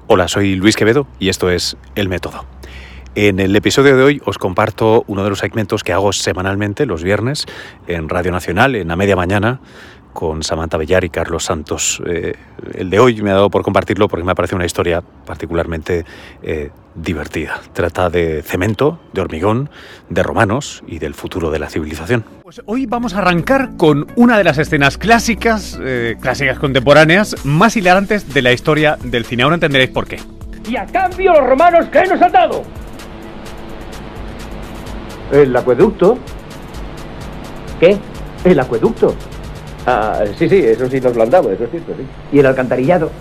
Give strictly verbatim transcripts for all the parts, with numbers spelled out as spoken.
Hola, soy Luis Quevedo y esto es El Método. En el episodio de hoy os comparto uno de los segmentos que hago semanalmente los viernes en Radio Nacional, en A Media Mañana, con Samantha Bellar y Carlos Santos. Eh, el de hoy me ha dado por compartirlo porque me ha parecido una historia particularmente eh, divertida. Trata de cemento, de hormigón, de romanos y del futuro de la civilización. Pues hoy vamos a arrancar con una de las escenas clásicas, eh, clásicas contemporáneas, más hilarantes de la historia del cine. Ahora entenderéis por qué. Y a cambio los romanos, ¿qué nos han dado? El acueducto. ¿Qué? El acueducto. Ah, sí, sí, eso sí nos lo han dado, eso es cierto, sí. Y el alcantarillado.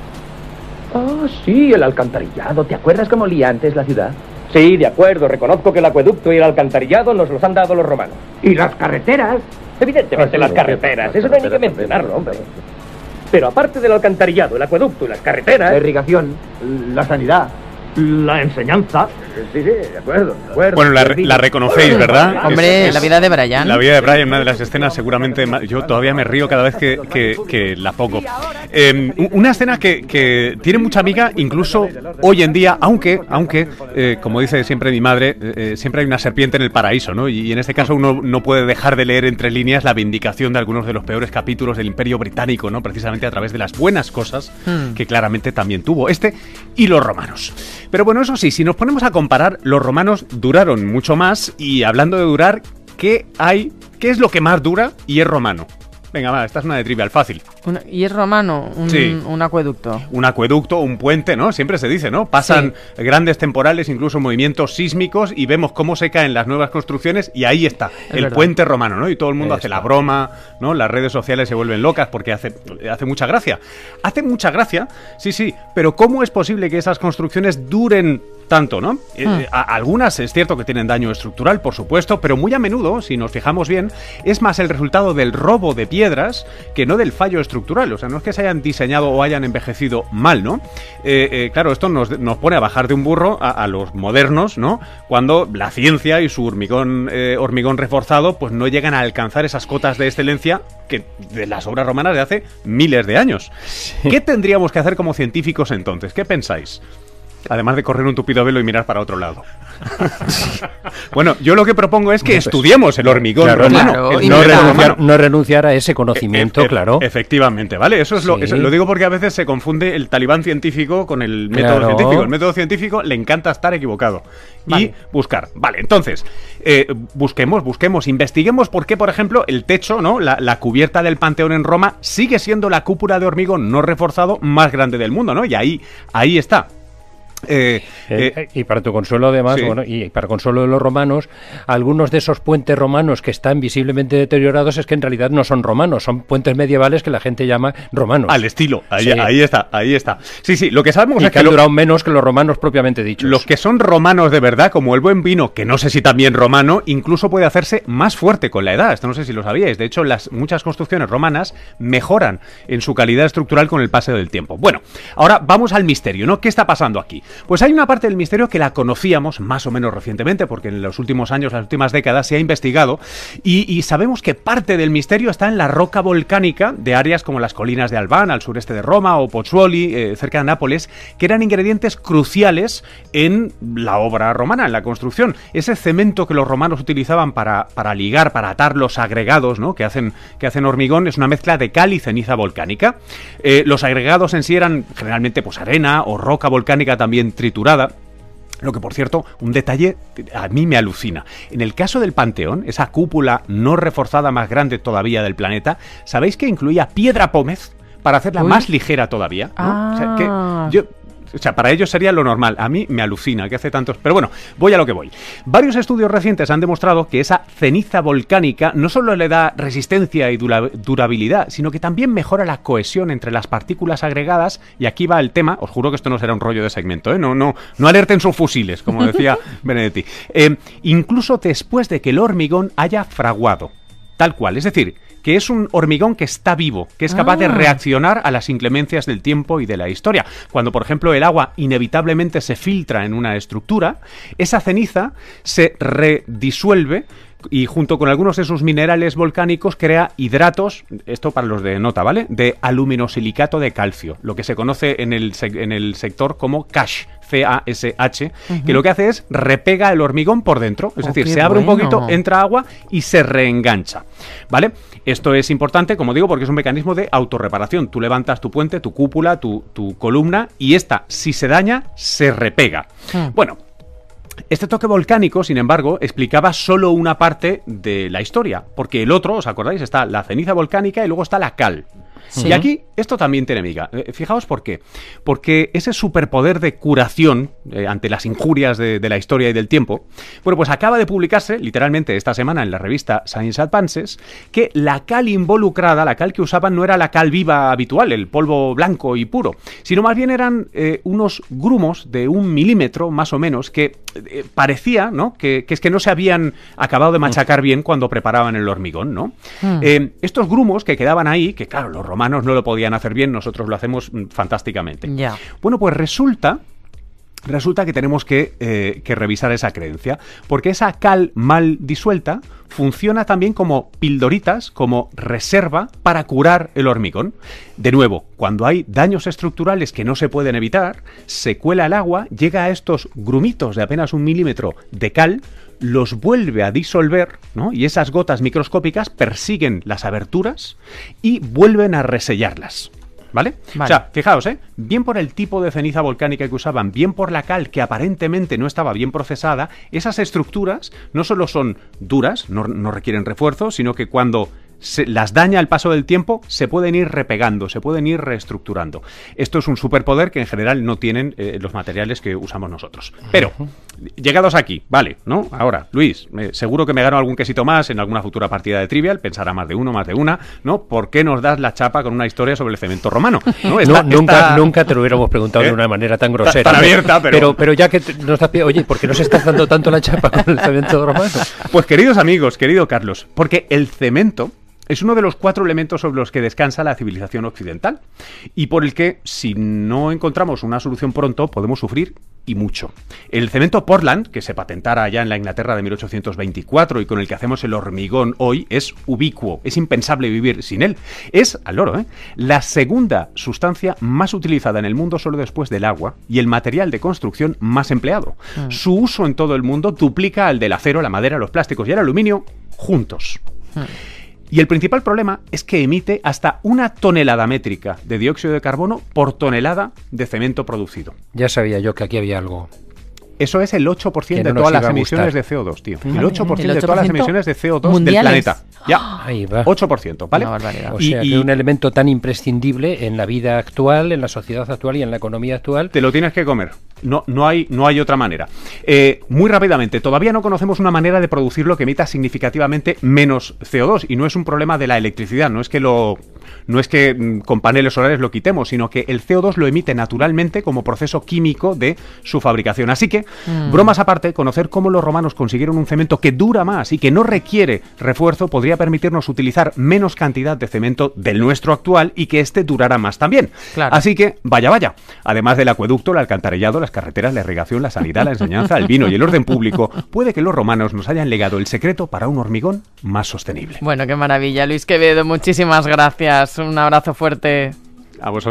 Ah, sí, el alcantarillado. ¿Te acuerdas cómo olía antes la ciudad? Sí, de acuerdo, reconozco que el acueducto y el alcantarillado nos los han dado los romanos. Y las carreteras. Evidentemente Ah, sí, las sí, carreteras, sí, eso no hay ni que carreteras mencionarlo, también. hombre. Pero aparte del alcantarillado, el acueducto y las carreteras... La irrigación, la sanidad, la enseñanza. Sí, sí, de acuerdo, de acuerdo. Bueno, la, la reconocéis, ¿verdad? Hombre, Es- es- la vida de Brian. La vida de Brian, una de las escenas seguramente... ma- Yo todavía me río cada vez que, que- que la pongo. Eh, u- una escena que, que tiene mucha amiga incluso hoy en día, aunque, aunque eh, como dice siempre mi madre, eh, siempre hay una serpiente en el paraíso, ¿no? Y, y en este caso uno no puede dejar de leer entre líneas la vindicación de algunos de los peores capítulos del Imperio Británico, ¿no? Precisamente a través de las buenas cosas Hmm. que claramente también tuvo este y los romanos. Pero bueno, eso sí, si nos ponemos a comparar, los romanos duraron mucho más y hablando de durar, ¿qué hay? ¿Qué es lo que más dura y es romano? Venga, va, esta es una de trivial fácil. Un- y es romano, un, Sí. un acueducto. Un acueducto, un puente, ¿no? Siempre se dice, ¿no? Pasan grandes temporales, incluso movimientos sísmicos y vemos cómo se caen las nuevas construcciones y ahí está, Es el verdad. puente romano, ¿no? Y todo el mundo hace la broma, ¿no? Las redes sociales se vuelven locas porque hace, hace mucha gracia. Hace mucha gracia, sí, sí, pero ¿cómo es posible que esas construcciones duren tanto, ¿no? Eh, Hmm. a- algunas es cierto que tienen daño estructural, por supuesto, pero muy a menudo, si nos fijamos bien, es más el resultado del robo de piedras que no del fallo estructural. O sea, no es que se hayan diseñado o hayan envejecido mal, ¿no? Eh, eh, claro, esto nos, nos pone a bajar de un burro a, a los modernos, ¿no? Cuando la ciencia y su hormigón, eh, hormigón reforzado pues no llegan a alcanzar esas cotas de excelencia que de las obras romanas de hace miles de años. ¿Qué tendríamos que hacer como científicos entonces? ¿Qué pensáis? Además de correr un tupido velo y mirar para otro lado. Bueno, yo lo que propongo es que estudiemos el hormigón Claro, romano. claro, el y no, hormigón mira, renunciar, romano. no renunciar a ese conocimiento, E- e- claro. Efectivamente, ¿vale? Eso es lo, Sí. eso- lo digo porque a veces se confunde el talibán científico con el método Claro. científico. El método científico le encanta estar equivocado y Vale. buscar. Vale, entonces, eh, busquemos, busquemos, investiguemos por qué, por ejemplo, el techo, ¿no? La, la cubierta del Panteón en Roma sigue siendo la cúpula de hormigón no reforzado más grande del mundo, ¿no? Y ahí, ahí está. Eh, Eh, eh, y para tu consuelo, además, sí. bueno, y para consuelo de los romanos, algunos de esos puentes romanos que están visiblemente deteriorados es que en realidad no son romanos, son puentes medievales que la gente llama romanos. al estilo, ahí, Sí. ahí está, ahí está. Sí, sí, lo que sabemos y es que que han lo- durado menos que los romanos propiamente dichos. los que son romanos de verdad, como el buen vino, que no sé si también romano, incluso puede hacerse más fuerte con la edad. Esto no sé si lo sabíais. De hecho, las muchas construcciones romanas mejoran en su calidad estructural con el paso del tiempo. Bueno, ahora vamos al misterio, ¿no? ¿Qué está pasando aquí? Pues hay una parte del misterio que la conocíamos más o menos recientemente, porque en los últimos años, las últimas décadas, se ha investigado y, y sabemos que parte del misterio está en la roca volcánica de áreas como las colinas de Albán, al sureste de Roma, o Pozzuoli, eh, cerca de Nápoles, que eran ingredientes cruciales en la obra romana, en la construcción. Ese cemento que los romanos utilizaban para, para ligar, para atar los agregados, ¿no? que, hacen, que hacen hormigón, es una mezcla de cal y ceniza volcánica. Eh, los agregados en sí eran generalmente pues arena o roca volcánica también triturada. Lo que, por cierto, un detalle a mí me alucina. En el caso del Panteón, esa cúpula no reforzada más grande todavía del planeta, ¿sabéis que incluía piedra pómez para hacerla Uy. más ligera todavía? ¿no? O sea, Ah. que yo... O sea, para ellos sería lo normal. A mí me alucina que hace tantos... Pero bueno, voy a lo que voy. Varios estudios recientes han demostrado que esa ceniza volcánica no solo le da resistencia y dura- durabilidad, sino que también mejora la cohesión entre las partículas agregadas. Y aquí va el tema. Os juro que esto no será un rollo de segmento, ¿eh? No, no, no alerten sus fusiles, como decía Benedetti. Eh, incluso después de que el hormigón haya fraguado. Tal cual. Es decir, que es un hormigón que está vivo, que es capaz Ah. de reaccionar a las inclemencias del tiempo y de la historia. Cuando, por ejemplo, el agua inevitablemente se filtra en una estructura, esa ceniza se redisuelve y junto con algunos de sus minerales volcánicos crea hidratos, esto para los de nota, ¿vale?, de aluminosilicato de calcio, lo que se conoce en el, en el sector como C A S H, C A S H, uh-huh. que lo que hace es repega el hormigón por dentro, es oh, decir, se abre bueno. un poquito, entra agua y se reengancha, ¿vale? Esto es importante, como digo, porque es un mecanismo de autorreparación. Tú levantas tu puente, tu cúpula, tu, tu columna y esta, si se daña, se repega. Uh-huh. Bueno, este toque volcánico, sin embargo, explicaba solo una parte de la historia, porque el otro, ¿os acordáis? Está la ceniza volcánica y luego está la cal. Sí. Y aquí esto también tiene miga. Eh, fijaos por qué. Porque ese superpoder de curación eh, ante las injurias de, de la historia y del tiempo, bueno, pues acaba de publicarse, literalmente esta semana en la revista Science Advances, que la cal involucrada, la cal que usaban, no era la cal viva habitual, el polvo blanco y puro, sino más bien eran eh, unos grumos de un milímetro, más o menos, que eh, parecía, ¿no?, que, que es que no se habían acabado de machacar bien cuando preparaban el hormigón, ¿no? Mm. Eh, estos grumos que quedaban ahí, que claro, los romanos no lo podían hacer bien, nosotros lo hacemos fantásticamente. Yeah. Bueno, pues resulta, resulta que tenemos que, eh, que revisar esa creencia, porque esa cal mal disuelta funciona también como pildoritas, como reserva para curar el hormigón. De nuevo, cuando hay daños estructurales que no se pueden evitar, se cuela el agua, llega a estos grumitos de apenas un milímetro de cal, los vuelve a disolver, ¿no?, y esas gotas microscópicas persiguen las aberturas y vuelven a resellarlas. ¿Vale? Vale. O sea, fijaos, ¿eh? Bien por el tipo de ceniza volcánica que usaban, bien por la cal que aparentemente no estaba bien procesada, esas estructuras no solo son duras, no, no requieren refuerzo, sino que cuando se las daña el paso del tiempo, se pueden ir repegando, se pueden ir reestructurando. Esto es un superpoder que en general no tienen eh, los materiales que usamos nosotros. Pero, llegados aquí, vale, ¿no? Ahora, Luis, eh, seguro que me gano algún quesito más en alguna futura partida de Trivial, pensará más de uno, más de una, ¿no? ¿Por qué nos das la chapa con una historia sobre el cemento romano? ¿No? Esta, no, nunca, esta... nunca te lo hubiéramos preguntado ¿Eh? de una manera tan grosera. Tan abierta, pero... pero... Pero ya que nos das pie, oye, ¿por qué nos estás dando tanto la chapa con el cemento romano? Pues queridos amigos, querido Carlos, porque el cemento es uno de los cuatro elementos sobre los que descansa la civilización occidental y por el que, si no encontramos una solución pronto, podemos sufrir y mucho. El cemento Portland, que se patentara allá en la Inglaterra de mil ochocientos veinticuatro y con el que hacemos el hormigón hoy, es ubicuo. Es impensable vivir sin él. Es, al loro, ¿eh?, la segunda sustancia más utilizada en el mundo solo después del agua y el material de construcción más empleado. Mm. Su uso en todo el mundo duplica al del acero, la madera, los plásticos y el aluminio juntos. Mm. Y el principal problema es que emite hasta una tonelada métrica de dióxido de carbono por tonelada de cemento producido. Ya sabía yo que aquí había algo. Eso es el ocho por ciento no de todas las emisiones de C O dos, tío. El ocho por ciento, el ocho por ciento de todas las emisiones de C O dos mundiales. del planeta. Ya, ahí va. ocho por ciento, ¿vale? O sea, y, que y un elemento tan imprescindible en la vida actual, en la sociedad actual y en la economía actual. Te lo tienes que comer. No, no, hay, no hay otra manera. Eh, muy rápidamente, todavía no conocemos una manera de producirlo que emita significativamente menos C O dos y no es un problema de la electricidad, no es que lo... No es que mm, con paneles solares lo quitemos, sino que el C O dos lo emite naturalmente como proceso químico de su fabricación. Así que, mm. bromas aparte, conocer cómo los romanos consiguieron un cemento que dura más y que no requiere refuerzo podría permitirnos utilizar menos cantidad de cemento del nuestro actual y que este durara más también. Claro. Así que, vaya, vaya. Además del acueducto, el alcantarillado, las carreteras, la irrigación, la sanidad, la enseñanza, el vino y el orden público, puede que los romanos nos hayan legado el secreto para un hormigón más sostenible. Bueno, qué maravilla. Luis Quevedo, muchísimas gracias. Un abrazo fuerte. A vosotros.